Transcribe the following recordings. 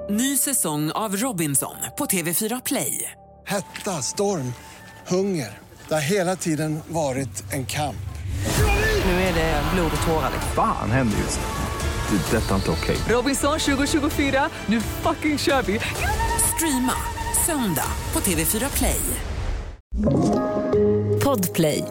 Ny säsong av Robinson på TV4 Play. Hetta, storm, hunger. Det har hela tiden varit en kamp. Nu är det blod och tårar. Fan händer just nu. Det. Detta är inte okej. Robinson 2024, nu fucking kör vi. Streama söndag på TV4 Play. Podplay.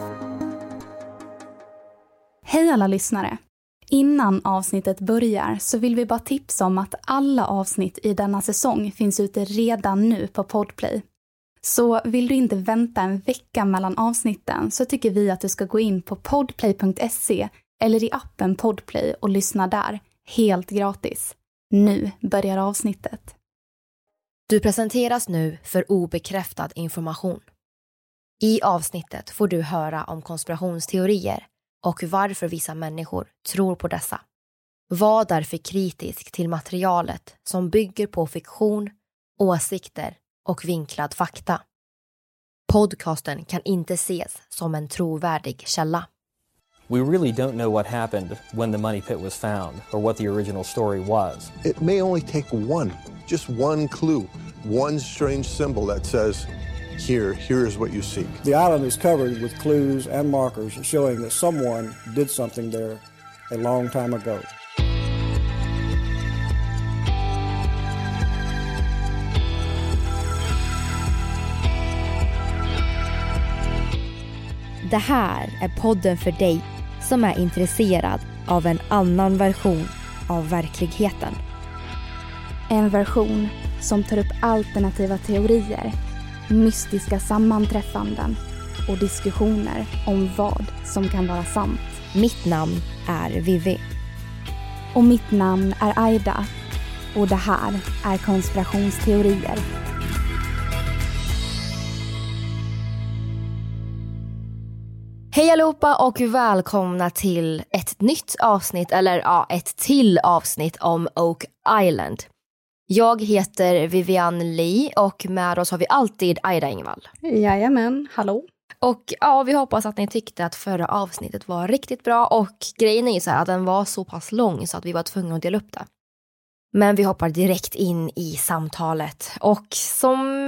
Hej alla lyssnare! Innan avsnittet börjar så vill vi bara tipsa om att alla avsnitt i denna säsong finns ute redan nu på Podplay. Så vill du inte vänta en vecka mellan avsnitten så tycker vi att du ska gå in på podplay.se eller i appen Podplay och lyssna där, helt gratis. Nu börjar avsnittet. Du presenteras nu för obekräftad information. I avsnittet får du höra om konspirationsteorier och varför vissa människor tror på dessa. Var därför kritisk till materialet som bygger på fiktion, åsikter och vinklad fakta. Podcasten kan inte ses som en trovärdig källa. We really don't know what happened when the money pit was found or what the original story was. It may only take just one clue, one strange symbol that says, here is what you seek. The island is covered with clues and markers showing that someone did something there a long time ago. Det här är podden för dig som är intresserad av en annan version av verkligheten. En version som tar upp alternativa teorier, mystiska sammanträffanden och diskussioner om vad som kan vara sant. Mitt namn är Vivi. Och mitt namn är Aida. Och det här är konspirationsteorier. Hej allihopa och välkomna till ett nytt avsnitt, ett till avsnitt om Oak Island. Jag heter Vivian Lee och med oss har vi alltid Aida Engvall. Jajamän, hallå. Och vi hoppas att ni tyckte att förra avsnittet var riktigt bra och grejen är ju så här att den var så pass lång så att vi var tvungna att dela upp det. Men vi hoppar direkt in i samtalet och som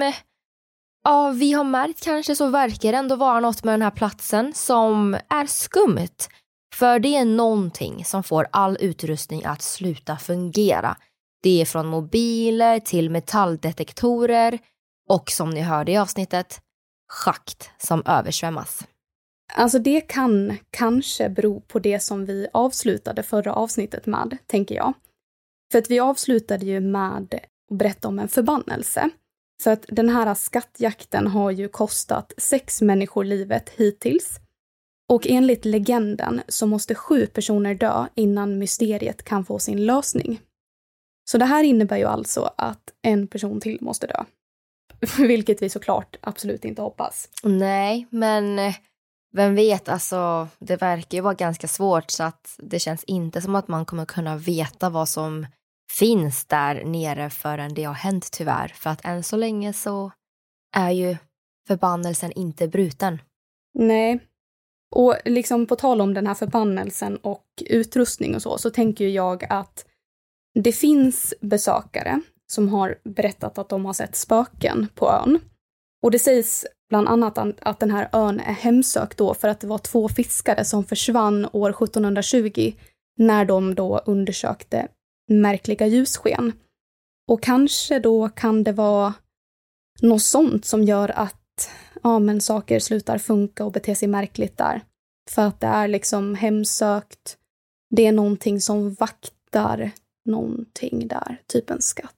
vi har märkt kanske så verkar det ändå vara något med den här platsen som är skumt. För det är någonting som får all utrustning att sluta fungera. Det är från mobiler till metalldetektorer och som ni hörde i avsnittet, schakt som översvämmas. Alltså det kan kanske bero på det som vi avslutade förra avsnittet med, tänker jag. För att vi avslutade ju med att berätta om en förbannelse. För att den här skattjakten har ju kostat 6 människor livet hittills. Och enligt legenden så måste 7 personer dö innan mysteriet kan få sin lösning. Så det här innebär ju alltså att en person till måste dö. Vilket vi såklart absolut inte hoppas. Nej, men vem vet, alltså det verkar ju vara ganska svårt så att det känns inte som att man kommer kunna veta vad som finns där nere förrän det har hänt tyvärr. För att än så länge så är ju förbannelsen inte bruten. Nej, och liksom på tal om den här förbannelsen och utrustning och så tänker ju jag att det finns besökare som har berättat att de har sett spöken på ön. Och det sägs bland annat att den här ön är hemsökt då för att det var 2 fiskare som försvann år 1720 när de då undersökte märkliga ljussken. Och kanske då kan det vara något sånt som gör att saker slutar funka och bete sig märkligt där. För att det är liksom hemsökt. Det är någonting som vaktar någonting där, typ en skatt.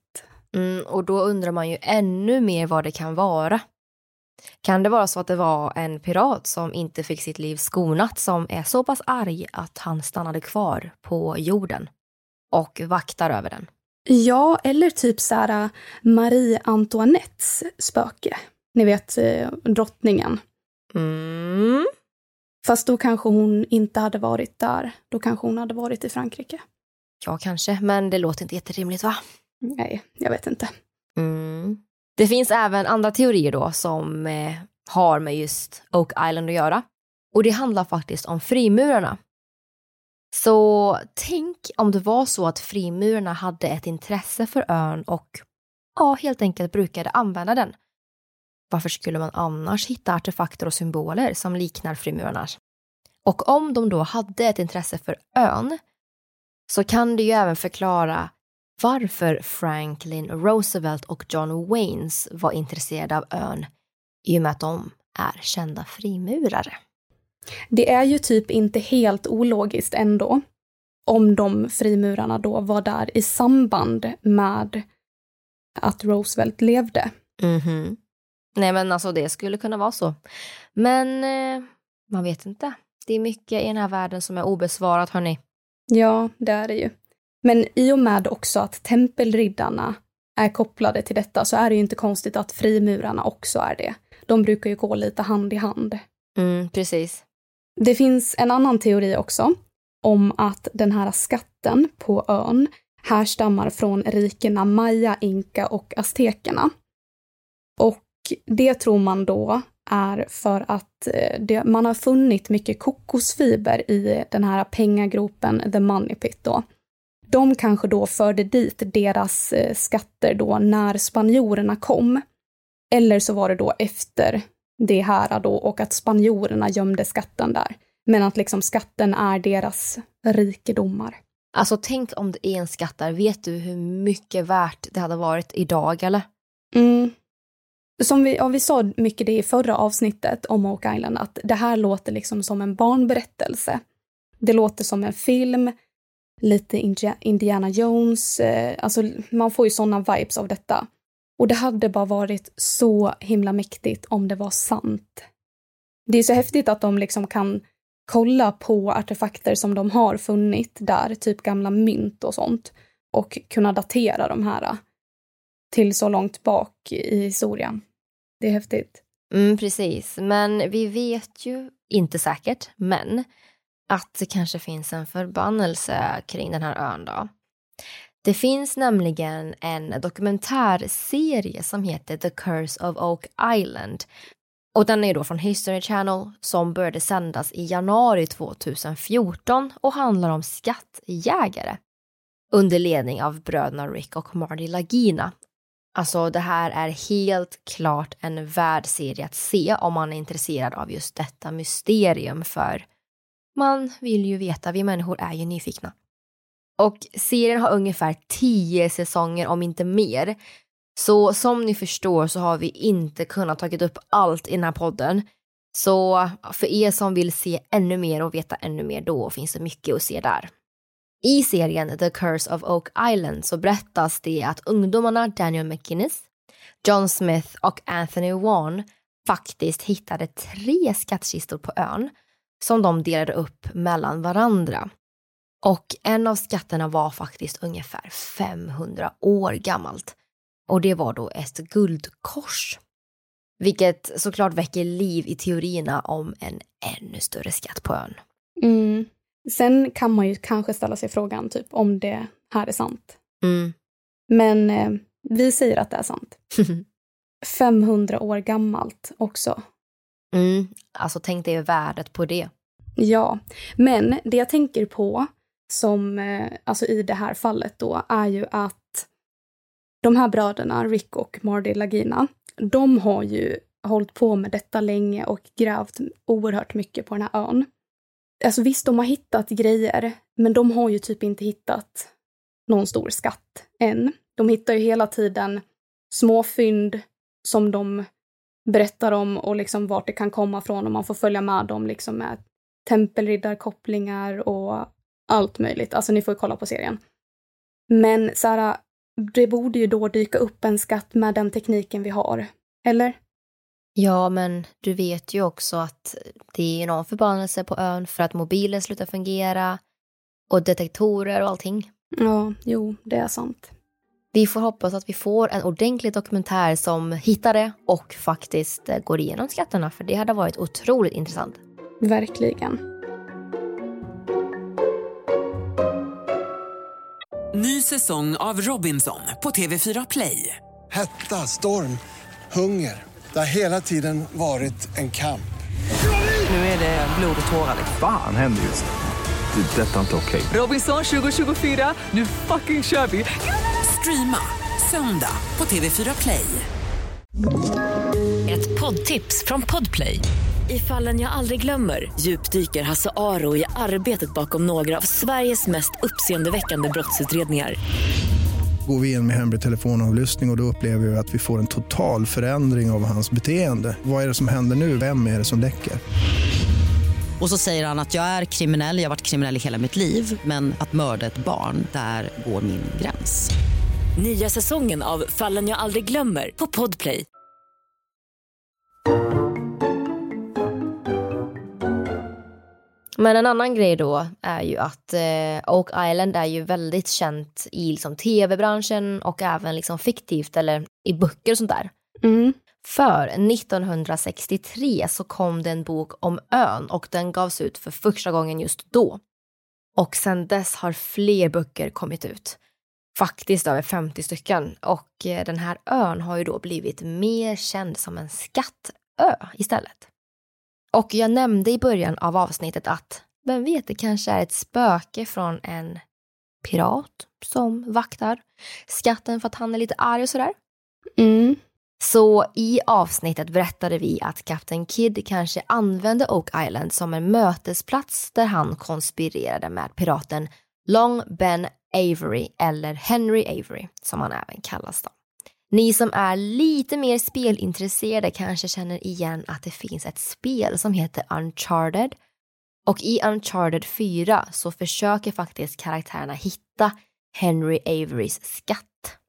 Och då undrar man ju ännu mer vad det kan vara. Kan det vara så att det var en pirat som inte fick sitt liv skonat som är så pass arg att han stannade kvar på jorden och vaktar över den? Ja, eller typ såhär Marie Antoinettes spöke. Ni vet, drottningen. Fast då kanske hon inte hade varit där. Då kanske hon hade varit i Frankrike. Ja, kanske. Men det låter inte jätterimligt, va? Nej, jag vet inte. Det finns även andra teorier då som har med just Oak Island att göra. Och det handlar faktiskt om frimurarna. Så tänk om det var så att frimurarna hade ett intresse för ön och helt enkelt brukade använda den. Varför skulle man annars hitta artefakter och symboler som liknar frimurarnas? Och om de då hade ett intresse för ön så kan det ju även förklara varför Franklin Roosevelt och John Waynes var intresserade av ön i och med att de är kända frimurare. Det är ju typ inte helt ologiskt ändå om de frimurarna då var där i samband med att Roosevelt levde. Mhm. Nej, men alltså det skulle kunna vara så. Men man vet inte. Det är mycket i den här världen som är obesvarat, hörni. Ja, det är det ju. Men i och med också att tempelriddarna är kopplade till detta så är det ju inte konstigt att frimurarna också är det. De brukar ju gå lite hand i hand. Precis. Det finns en annan teori också om att den här skatten på ön härstammar från rikena Maya, Inka och aztekerna. Och det tror man då är för att man har funnit mycket kokosfiber i den här pengagropen The Money Pit då. De kanske då förde dit deras skatter då när spanjorerna kom. Eller så var det då efter det här då och att spanjorerna gömde skatten där. Men att liksom skatten är deras rikedomar. Alltså tänk om det är en skatt där. Vet du hur mycket värt det hade varit idag, eller? Som vi sa mycket det i förra avsnittet om Oak Island, att det här låter liksom som en barnberättelse. Det låter som en film, lite Indiana Jones, alltså man får ju sådana vibes av detta. Och det hade bara varit så himla mäktigt om det var sant. Det är så häftigt att de liksom kan kolla på artefakter som de har funnit där, typ gamla mynt och sånt, och kunna datera de här till så långt bak i historien. Det är häftigt. Precis, men vi vet ju inte säkert, men att det kanske finns en förbannelse kring den här ön då. Det finns nämligen en dokumentärserie som heter The Curse of Oak Island. Och den är då från History Channel som började sändas i januari 2014 och handlar om skattjägare. Under ledning av bröderna Rick och Marty Lagina. Alltså det här är helt klart en värd serie att se om man är intresserad av just detta mysterium, för man vill ju veta, vi människor är ju nyfikna. Och serien har ungefär 10 säsonger om inte mer. Så som ni förstår så har vi inte kunnat tagit upp allt i den här podden. Så för er som vill se ännu mer och veta ännu mer, då finns det mycket att se där. I serien The Curse of Oak Island så berättas det att ungdomarna Daniel McInnes, John Smith och Anthony Wan faktiskt hittade 3 skattkistor på ön som de delade upp mellan varandra. Och en av skatterna var faktiskt ungefär 500 år gammalt. Och det var då ett guldkors. Vilket såklart väcker liv i teorierna om en ännu större skatt på ön. Sen kan man ju kanske ställa sig frågan typ om det här är sant. Men vi säger att det är sant. 500 år gammalt också. Alltså tänk dig värdet på det. Ja, men det jag tänker på som alltså i det här fallet då är ju att de här bröderna Rick och Marty Lagina, de har ju hållit på med detta länge och grävt oerhört mycket på den här ön. Alltså visst, de har hittat grejer, men de har ju typ inte hittat någon stor skatt än. De hittar ju hela tiden småfynd som de berättar om och liksom vart det kan komma från, och man får följa med dem liksom med tempelriddarkopplingar och allt möjligt. Alltså ni får ju kolla på serien. Men så här, det borde ju då dyka upp en skatt med den tekniken vi har. Eller? Ja, men du vet ju också att det är någon förbannelse på ön för att mobiler slutar fungera och detektorer och allting. Ja, jo, det är sant. Vi får hoppas att vi får en ordentlig dokumentär som hittar det och faktiskt går igenom skatterna, för det hade varit otroligt intressant. Verkligen. Ny säsong av Robinson på TV4 Play. Hetta, storm, hunger. Det har hela tiden varit en kamp. Nu är det blod och tårar. Fan händer just det. Detta är inte okej. Robinson 2024, nu fucking kör vi! Streama söndag på TV4 Play. Ett poddtips från Podplay. I Fallen jag aldrig glömmer djupdyker Hasse Aro i arbetet bakom några av Sveriges mest uppseendeväckande brottsutredningar. Går vi in med hemlig telefonavlyssning och då upplever vi att vi får en total förändring av hans beteende. Vad är det som händer nu? Vem är det som läcker? Och så säger han att jag är kriminell, jag har varit kriminell i hela mitt liv, men att mörda ett barn, där går min gräns. Nya säsongen av Fallen jag aldrig glömmer på Podplay. Men en annan grej då är ju att Oak Island är ju väldigt känt i liksom tv-branschen och även liksom fiktivt eller i böcker och sånt där. Mm. För 1963 så kom det en bok om ön och den gavs ut för första gången just då. Och sedan dess har fler böcker kommit ut. Faktiskt över 50 stycken. Och den här ön har ju då blivit mer känd som en skattö istället. Och jag nämnde i början av avsnittet att, vem vet, det kanske är ett spöke från en pirat som vaktar skatten för att han är lite arg och sådär. Mm. Så i avsnittet berättade vi att Captain Kidd kanske använde Oak Island som en mötesplats där han konspirerade med piraten Long Ben Avery eller Henry Avery som han även kallas då. Ni som är lite mer spelintresserade kanske känner igen att det finns ett spel som heter Uncharted. Och i Uncharted 4 så försöker faktiskt karaktärerna hitta Henry Averys skatt.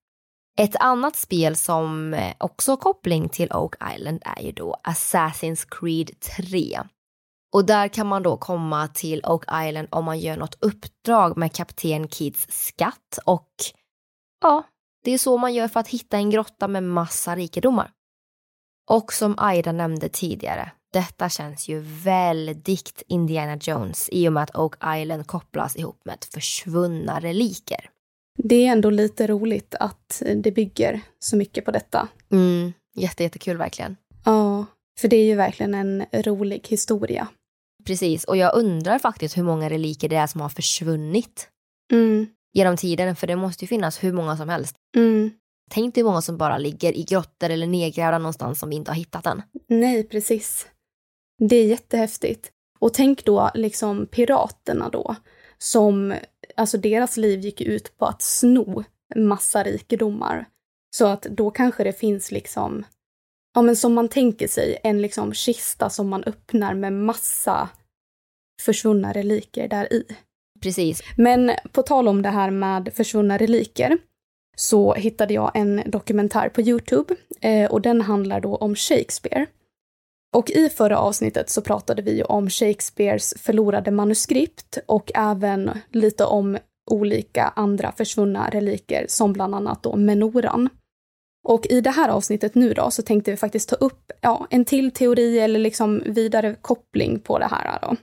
Ett annat spel som också har koppling till Oak Island är ju då Assassin's Creed 3. Och där kan man då komma till Oak Island om man gör något uppdrag med Kapten Kidds skatt. Och ja, det är så man gör för att hitta en grotta med massa rikedomar. Och som Aida nämnde tidigare, detta känns ju väldigt Indiana Jones i och med att Oak Island kopplas ihop med försvunna reliker. Det är ändå lite roligt att det bygger så mycket på detta. Jättekul verkligen. Ja, för det är ju verkligen en rolig historia. Precis, och jag undrar faktiskt hur många reliker det är som har försvunnit genom tiden. För det måste ju finnas hur många som helst. Tänk dig hur många som bara ligger i grottor eller nedgrävda någonstans som vi inte har hittat än. Nej, precis. Det är jättehäftigt. Och tänk då liksom piraterna då. Som, alltså deras liv gick ut på att sno massa rikedomar. Så att då kanske det finns liksom, ja men som man tänker sig, en liksom kista som man öppnar med massa försvunna reliker där i. Precis. Men på tal om det här med försvunna reliker så hittade jag en dokumentär på YouTube och den handlar då om Shakespeare. Och i förra avsnittet så pratade vi om Shakespeares förlorade manuskript och även lite om olika andra försvunna reliker som bland annat då menoran. Och i det här avsnittet nu då så tänkte vi faktiskt ta upp en till teori eller liksom vidare koppling på det här då.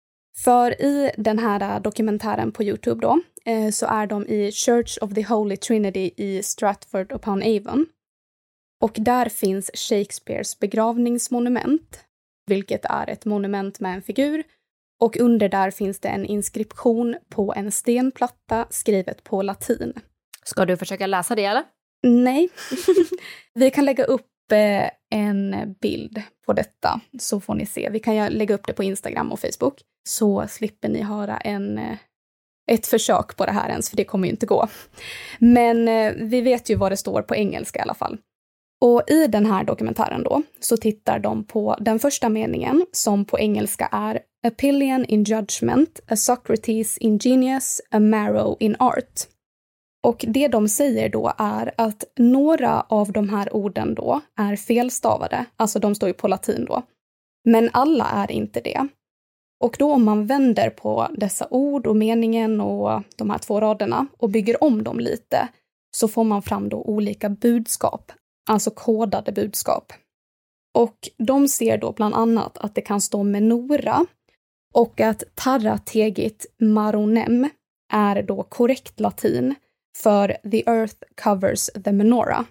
För i den här dokumentären på YouTube då så är de i Church of the Holy Trinity i Stratford-upon-Avon. Och där finns Shakespeares begravningsmonument, vilket är ett monument med en figur. Och under där finns det en inskription på en stenplatta skrivet på latin. Ska du försöka läsa det eller? Nej. Vi kan lägga upp en bild på detta så får ni se. Vi kan lägga upp det på Instagram och Facebook så slipper ni höra ett försök på det här ens, för det kommer ju inte gå. Men vi vet ju vad det står på engelska i alla fall. Och i den här dokumentären då så tittar de på den första meningen som på engelska är A pillion in judgment, a Socrates in genius, a marrow in art. Och det de säger då är att några av de här orden då är felstavade, alltså de står ju på latin då. Men alla är inte det. Och då om man vänder på dessa ord och meningen och de här 2 raderna och bygger om dem lite så får man fram då olika budskap, alltså kodade budskap. Och de ser då bland annat att det kan stå menora och att tarra tegit maronem är då korrekt latin för the earth covers the menorah.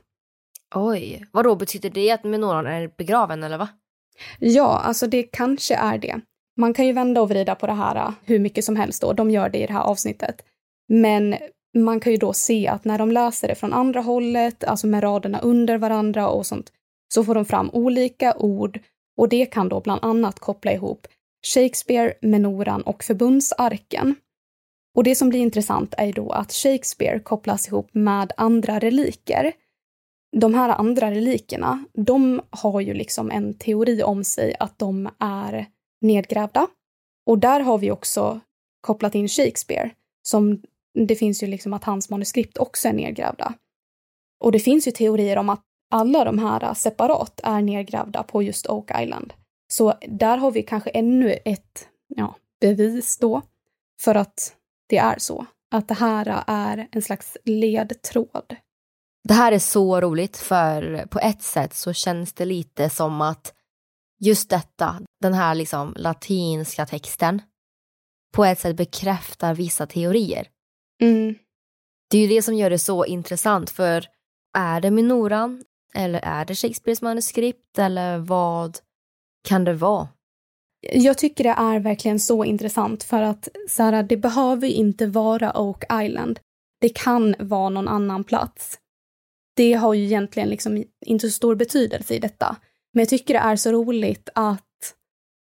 Oj, vad då betyder det att menoran är begraven eller va? Ja, alltså det kanske är det. Man kan ju vända och vrida på det här hur mycket som helst då. De gör det i det här avsnittet. Men man kan ju då se att när de läser det från andra hållet, alltså med raderna under varandra och sånt, så får de fram olika ord och det kan då bland annat koppla ihop Shakespeare, menoran och förbundsarken. Och det som blir intressant är då att Shakespeare kopplas ihop med andra reliker. De här andra relikerna, de har ju liksom en teori om sig att de är nedgrävda. Och där har vi också kopplat in Shakespeare, som det finns ju liksom att hans manuskript också är nedgrävda. Och det finns ju teorier om att alla de här separat är nedgrävda på just Oak Island. Så där har vi kanske ännu ett bevis då för att det är så. Att det här är en slags ledtråd. Det här är så roligt för på ett sätt så känns det lite som att just detta, den här liksom latinska texten på ett sätt bekräftar vissa teorier. Mm. Det är ju det som gör det så intressant, för är det menoran eller är det Shakespeares manuskript eller vad kan det vara? Jag tycker det är verkligen så intressant för att Sara, det behöver inte vara Oak Island. Det kan vara någon annan plats. Det har ju egentligen liksom inte så stor betydelse i detta. Men jag tycker det är så roligt att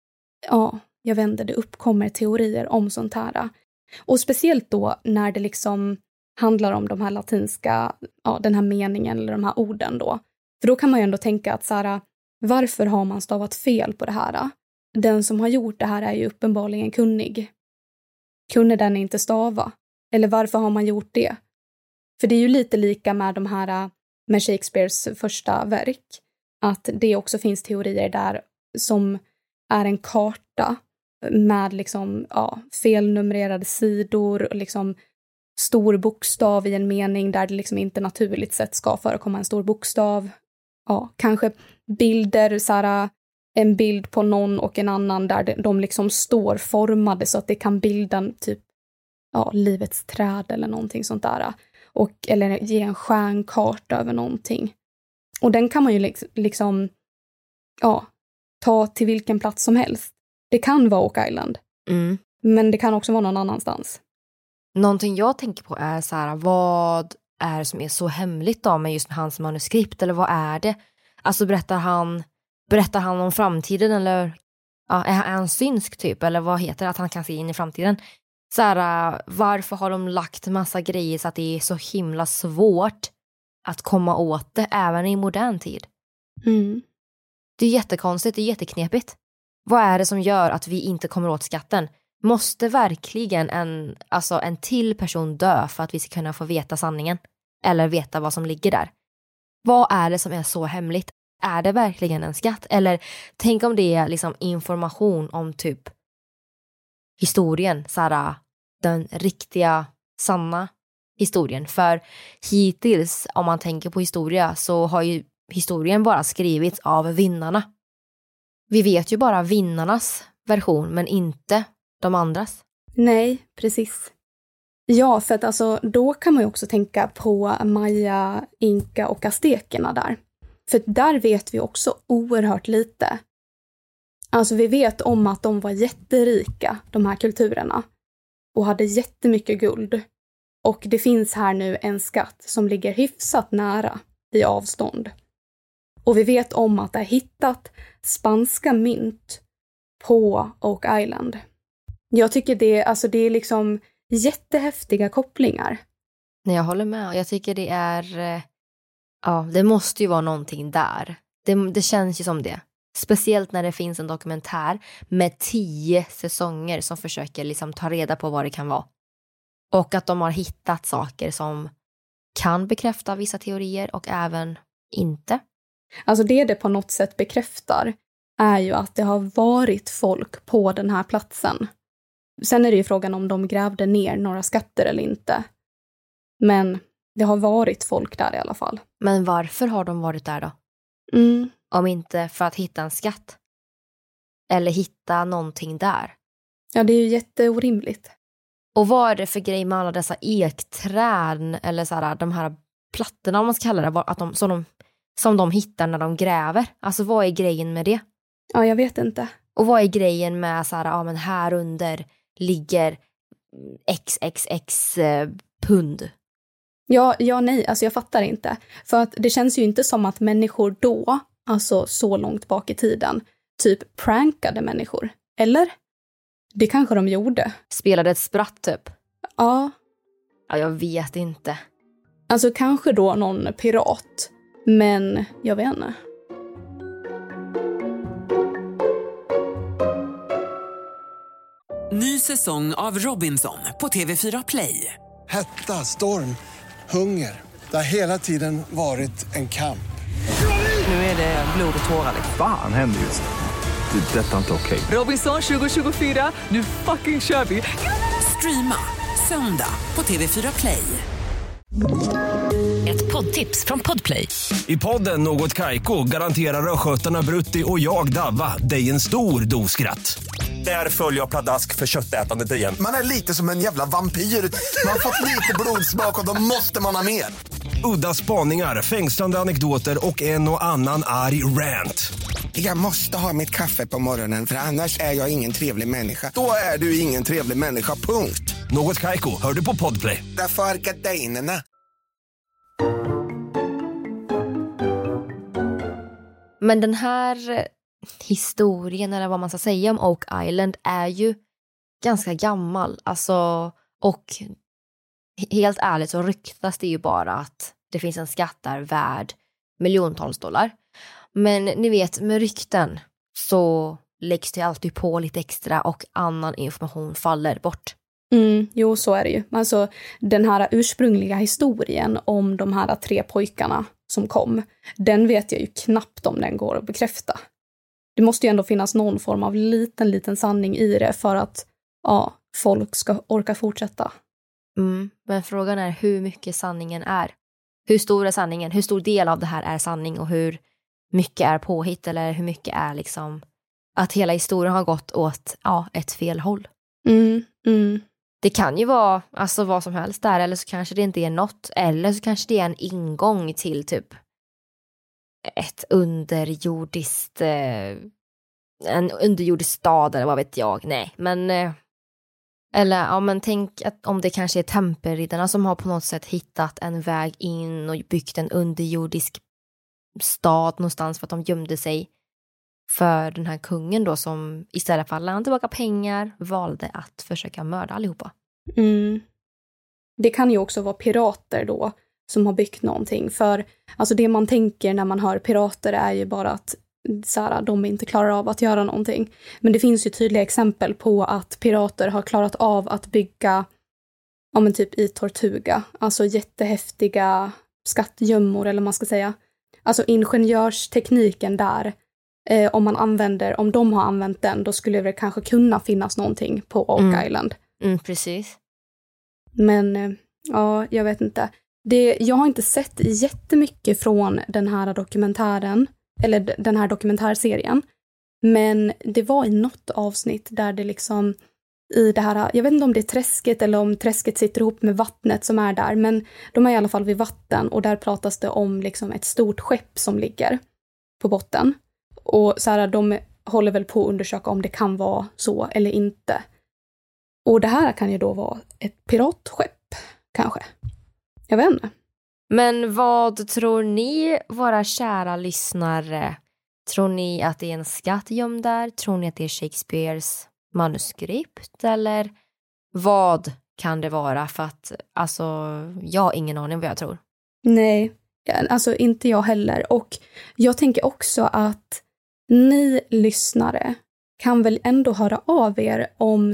jag vet inte, det uppkommer teorier om sånt här. Och speciellt då när det liksom handlar om de här latinska, den här meningen eller de här orden då. För då kan man ju ändå tänka att Sara, varför har man stavat fel på det här? Den som har gjort det här är ju uppenbarligen kunnig. Kunde den inte stava? Eller varför har man gjort det? För det är ju lite lika med de här, med Shakespeares första verk. Att det också finns teorier där som är en karta med liksom, felnumrerade sidor och liksom stor bokstav i en mening där det liksom inte naturligt sett ska förekomma en stor bokstav. Ja, kanske bilder, såhär, en bild på någon och en annan där de liksom står formade så att det kan bilda typ livets träd eller någonting sånt där. Eller ge en stjärnkarta över någonting. Och den kan man ju liksom ta till vilken plats som helst. Det kan vara Oak Island. Mm. Men det kan också vara någon annanstans. Någonting jag tänker på är så här, vad är det som är så hemligt då med just hans manuskript? Eller vad är det? Alltså berättar han om framtiden eller är han synsk typ? Eller vad heter det? Att han kan se in i framtiden? Så här, varför har de lagt massa grejer så att det är så himla svårt att komma åt det även i modern tid? Mm. Det är jättekonstigt, det är jätteknepigt. Vad är det som gör att vi inte kommer åt skatten? Måste verkligen en till person dö för att vi ska kunna få veta sanningen? Eller veta vad som ligger där? Vad är det som är så hemligt? Är det verkligen en skatt? Eller tänk om det är liksom information om typ historien. Såhär, den riktiga, sanna historien. För hittills, om man tänker på historia, så har ju historien bara skrivits av vinnarna. Vi vet ju bara vinnarnas version, men inte de andras. Nej, precis. Ja, för att alltså, då kan man ju också tänka på Maya, Inka och aztekerna där. För där vet vi också oerhört lite. Alltså vi vet om att de var jätterika, de här kulturerna. Och hade jättemycket guld. Och det finns här nu en skatt som ligger hyfsat nära i avstånd. Och vi vet om att det är hittat spanska mynt på Oak Island. Jag tycker det är liksom jättehäftiga kopplingar. Nej, jag håller med. Jag tycker det är... det måste ju vara någonting där. Det känns ju som det. Speciellt när det finns en dokumentär med 10 säsonger som försöker liksom ta reda på vad det kan vara. Och att de har hittat saker som kan bekräfta vissa teorier och även inte. Alltså det på något sätt bekräftar är ju att det har varit folk på den här platsen. Sen är det ju frågan om de grävde ner några skatter eller inte. Men det har varit folk där i alla fall. Men varför har de varit där då? Mm. Om inte för att hitta en skatt. Eller hitta någonting där. Ja, det är ju jätteorimligt. Och vad är det för grej med alla dessa ekträd eller så här, de här plattorna om man ska kalla det, att som de hittar när de gräver? Alltså vad är grejen med det? Ja, jag vet inte. Och vad är grejen med så här, ja men här under ligger XXX pund? Ja, nej, alltså jag fattar inte. För att det känns ju inte som att människor då, alltså så långt bak i tiden, typ prankade människor. Eller? Det kanske de gjorde. Spelade ett spratt typ? Ja. Ja, jag vet inte. Alltså kanske då någon pirat. Men jag vet inte. Ny säsong av Robinson på TV4 Play. Hetta, storm, hunger. Det har hela tiden varit en kamp. Nu är det blod och tårar. Fan händer just nu. Det är detta inte okej. Robinson 2024, nu fucking kör vi. Streama söndag på TV4 Play. Ett poddtips från Podplay. I podden Något Kaiko garanterar östgötarna Brutti och jag Davva dig en stor doskratt. Där följer jag pladask för köttätandet igen. Man är lite som en jävla vampyr. Man har fått lite blodsmak och då måste man ha mer. Udda spaningar, fängslande anekdoter och en och annan arg rant. Jag måste ha mitt kaffe på morgonen för annars är jag ingen trevlig människa. Då är du ingen trevlig människa, punkt. Något Kaiko, hör du på Podplay. Därför är gardinerna. Men den här historien, eller vad man ska säga om Oak Island, är ju ganska gammal. Alltså, och helt ärligt så ryktas det ju bara att det finns en skatt där värd miljontals dollar. Men ni vet, med rykten så läggs det alltid på lite extra och annan information faller bort. Jo, så är det ju. Alltså, den här ursprungliga historien om de här 3 pojkarna som kom, den vet jag ju knappt om den går att bekräfta. Det måste ju ändå finnas någon form av liten sanning i det för att folk ska orka fortsätta. Men frågan är hur mycket sanningen är. Hur stor är sanningen? Hur stor del av det här är sanning och hur mycket är påhitt, eller hur mycket är liksom att hela historien har gått åt ett fel håll. Det kan ju vara alltså vad som helst där, eller så kanske det inte är något, eller så kanske det är en ingång till typ ett underjordiskt en underjordisk stad eller vad vet jag. Nej, men eller men tänk att om det kanske är tempelriddarna som har på något sätt hittat en väg in och byggt en underjordisk stad någonstans för att de gömde sig för den här kungen då, som istället för att lämna tillbaka pengar valde att försöka mörda allihopa. Det kan ju också vara pirater då som har byggt någonting. För alltså det man tänker när man hör pirater är ju bara att de inte klarar av att göra någonting. Men det finns ju tydliga exempel på att pirater har klarat av att bygga typ i Tortuga. Alltså jättehäftiga skattgömmor, eller man ska säga. Alltså ingenjörstekniken där. Om de har använt den, då skulle det kanske kunna finnas någonting på Oak Island. Precis. Men jag vet inte. Jag har inte sett jättemycket från den här dokumentären, eller den här dokumentärserien. Men det var i något avsnitt där det liksom i det här, jag vet inte om det är träsket eller om träsket sitter ihop med vattnet som är där, men de är i alla fall vid vatten och där pratas det om liksom ett stort skepp som ligger på botten. Och de håller väl på att undersöka om det kan vara så eller inte. Och det här kan ju då vara ett piratskepp, kanske. Jag vet inte. Men vad tror ni, våra kära lyssnare? Tror ni att det är en skatt gömd där? Tror ni att det är Shakespeares manuskript? Eller vad kan det vara? För att, alltså, jag har ingen aning vad jag tror. Nej, alltså inte jag heller. Och jag tänker också att ni lyssnare kan väl ändå höra av er om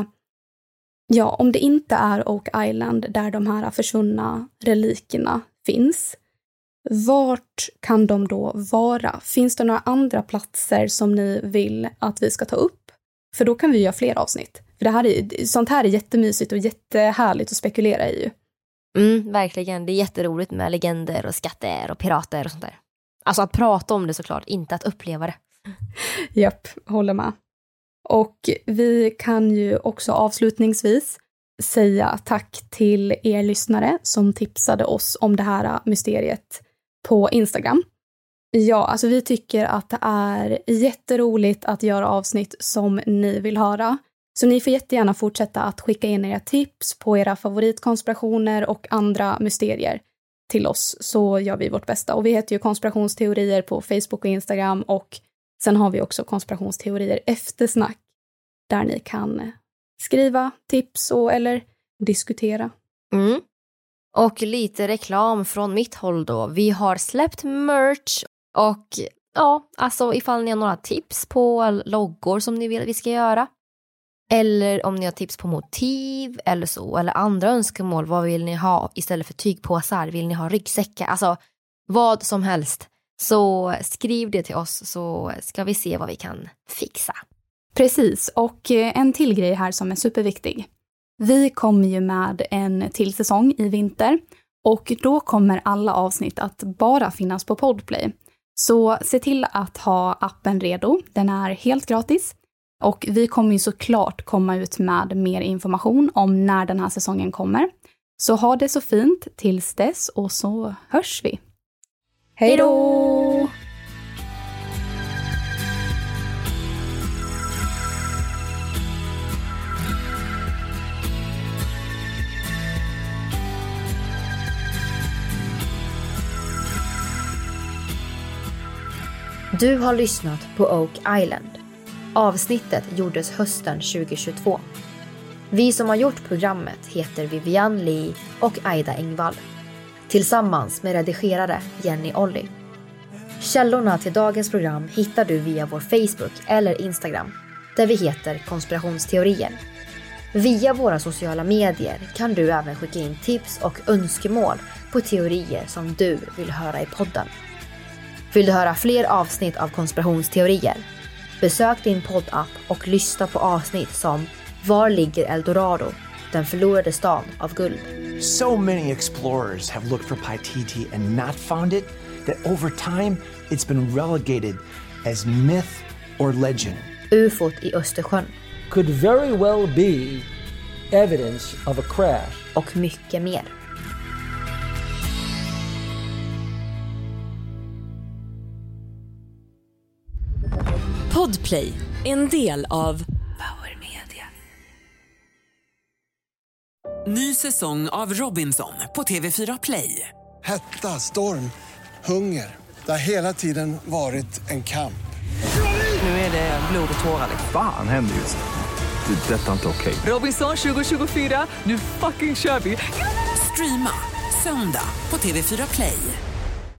om det inte är Oak Island där de här försvunna relikerna finns. Vart kan de då vara? Finns det några andra platser som ni vill att vi ska ta upp? För då kan vi göra fler avsnitt. För sånt här är jättemysigt och jättehärligt att spekulera i. Verkligen. Det är jätteroligt med legender och skatter och pirater och sånt där. Alltså att prata om det såklart, inte att uppleva det. Japp, håller med. Och vi kan ju också avslutningsvis säga tack till er lyssnare som tipsade oss om det här mysteriet på Instagram. Ja, alltså vi tycker att det är jätteroligt att göra avsnitt som ni vill höra. Så ni får jättegärna fortsätta att skicka in era tips på era favoritkonspirationer och andra mysterier till oss, så gör vi vårt bästa. Och vi heter ju konspirationsteorier på Facebook och Instagram, och sen har vi också konspirationsteorier eftersnack där ni kan skriva tips eller diskutera. Mm. Och lite reklam från mitt håll då. Vi har släppt merch och ja, alltså ifall ni har några tips på loggor som ni vill att vi ska göra. Eller om ni har tips på motiv eller så. Eller andra önskemål. Vad vill ni ha istället för tygpåsar? Vill ni ha ryggsäckar? Alltså vad som helst. Så skriv det till oss så ska vi se vad vi kan fixa. Precis, och en till grej här som är superviktig. Vi kommer ju med en till säsong i vinter. Och då kommer alla avsnitt att bara finnas på Podplay. Så se till att ha appen redo. Den är helt gratis. Och vi kommer ju såklart komma ut med mer information om när den här säsongen kommer. Så ha det så fint tills dess och så hörs vi. Hej då! Du har lyssnat på Oak Island. Avsnittet gjordes hösten 2022. Vi som har gjort programmet heter Vivian Lee och Aida Engvall. Tillsammans med redigerare Jenny Olli. Källorna till dagens program hittar du via vår Facebook eller Instagram, där vi heter Konspirationsteorier. Via våra sociala medier kan du även skicka in tips och önskemål på teorier som du vill höra i podden. Vill du höra fler avsnitt av konspirationsteorier? Besök din poddapp och lyssna på avsnitt som Var ligger Eldorado? Den förlorade stan av guld. So many explorers have looked for Paititi and not found it that over time it's been relegated as myth or legend. UFOt i Östersjön. Could very well be evidence of a crash. Och mycket mer. Podplay, en del av Power Media. Ny säsong av Robinson på TV4 Play. Hetta, storm, hunger. Det har hela tiden varit en kamp. Nu är det blod och tårar. Fan händer just det. Det är detta inte okej. Robinson 2024, nu fucking kör vi. Streama söndag på TV4 Play.